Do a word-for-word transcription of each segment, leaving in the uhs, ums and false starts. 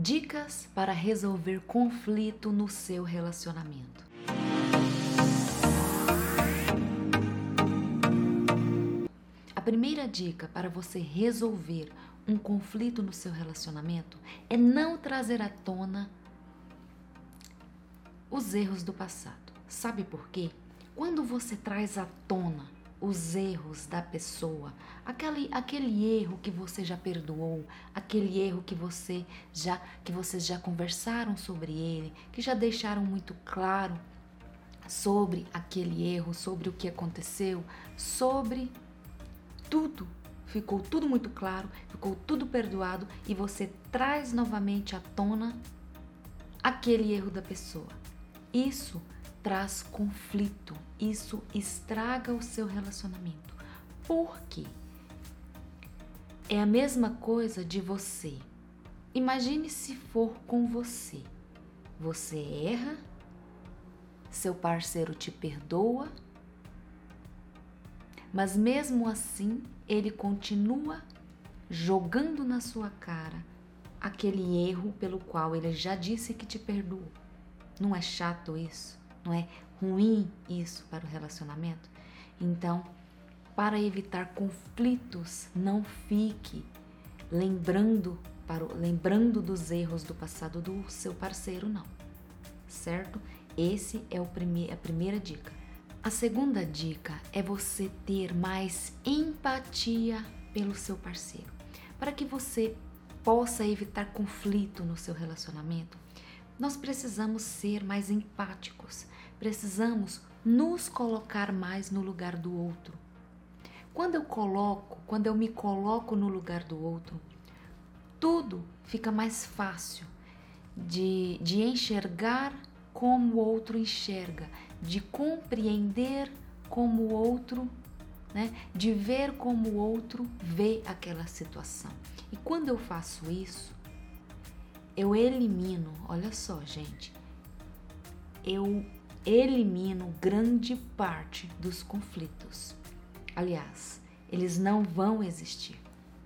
Dicas para resolver conflito no seu relacionamento. A primeira dica para você resolver um conflito no seu relacionamento é não trazer à tona os erros do passado. Sabe por quê? Quando você traz à tona os erros da pessoa, aquele, aquele erro que você já perdoou, aquele erro que você já que vocês já conversaram sobre ele, que já deixaram muito claro sobre aquele erro, sobre o que aconteceu, sobre tudo, ficou tudo muito claro, ficou tudo perdoado e você traz novamente à tona aquele erro da pessoa. Isso traz conflito, isso estraga o seu relacionamento. Por quê? É a mesma coisa de você. Imagine se for com você. Você erra, seu parceiro te perdoa, mas mesmo assim ele continua jogando na sua cara aquele erro pelo qual ele já disse que te perdoou. Não é chato isso? Não é ruim isso para o relacionamento? Então, para evitar conflitos, não fique lembrando, para, lembrando dos erros do passado do seu parceiro, não. Certo? Esse é o prime, a primeira dica. A segunda dica é você ter mais empatia pelo seu parceiro. Para que você possa evitar conflito no seu relacionamento, nós precisamos ser mais empáticos, precisamos nos colocar mais no lugar do outro. Quando eu coloco, quando eu me coloco no lugar do outro, tudo fica mais fácil de, de enxergar como o outro enxerga, de compreender como o outro, né, de ver como o outro vê aquela situação. E quando eu faço isso, eu elimino, olha só, gente, eu elimino grande parte dos conflitos. Aliás, eles não vão existir.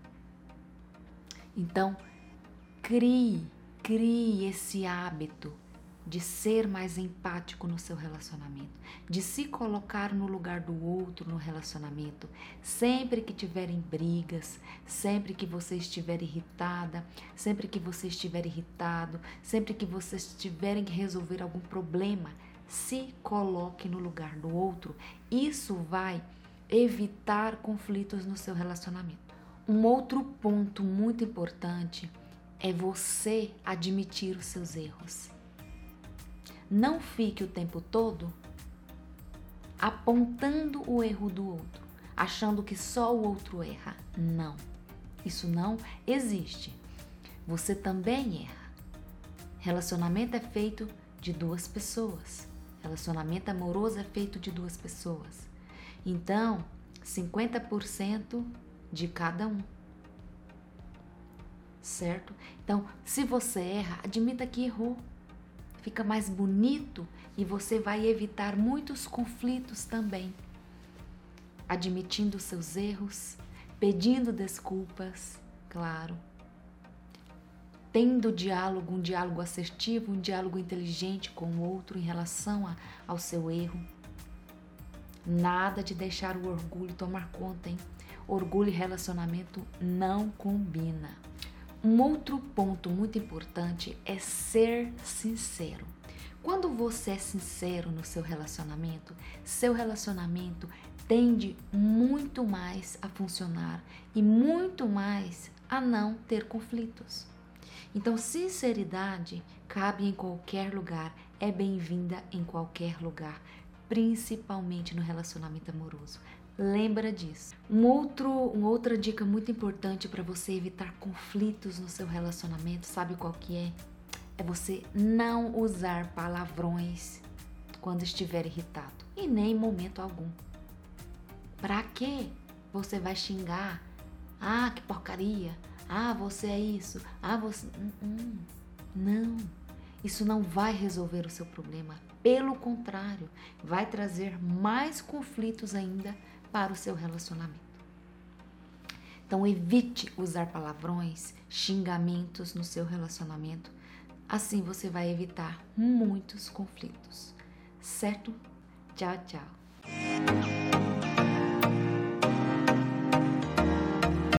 Então, crie, crie esse hábito de ser mais empático no seu relacionamento, de se colocar no lugar do outro no relacionamento, sempre que tiverem brigas, sempre que você estiver irritada, sempre que você estiver irritado, sempre que vocês tiverem que resolver algum problema, se coloque no lugar do outro. Isso vai evitar conflitos no seu relacionamento. Um outro ponto muito importante é você admitir os seus erros. Não fique o tempo todo apontando o erro do outro, achando que só o outro erra. Não, isso não existe. Você também erra. Relacionamento é feito de duas pessoas. Relacionamento amoroso é feito de duas pessoas. Então, cinquenta por cento de cada um. Certo? Então, se você erra, admita que errou. Fica mais bonito e você vai evitar muitos conflitos também. Admitindo seus erros, pedindo desculpas, claro. Tendo diálogo, um diálogo assertivo, um diálogo inteligente com o outro em relação a, ao seu erro. Nada de deixar o orgulho tomar conta, hein? Orgulho e relacionamento não combina. Um outro ponto muito importante é ser sincero. Quando você é sincero no seu relacionamento, seu relacionamento tende muito mais a funcionar e muito mais a não ter conflitos. Então, sinceridade cabe em qualquer lugar, é bem-vinda em qualquer lugar, principalmente no relacionamento amoroso. Lembra disso. Um outro, uma outra dica muito importante para você evitar conflitos no seu relacionamento, sabe qual que é? É você não usar palavrões quando estiver irritado, e nem em momento algum. Para quê? Você vai xingar? Ah, que porcaria! Ah, você é isso! Ah, você... Não! Isso não vai resolver o seu problema. Pelo contrário, vai trazer mais conflitos ainda para o seu relacionamento. Então evite usar palavrões, xingamentos no seu relacionamento. Assim você vai evitar muitos conflitos, certo? Tchau, tchau.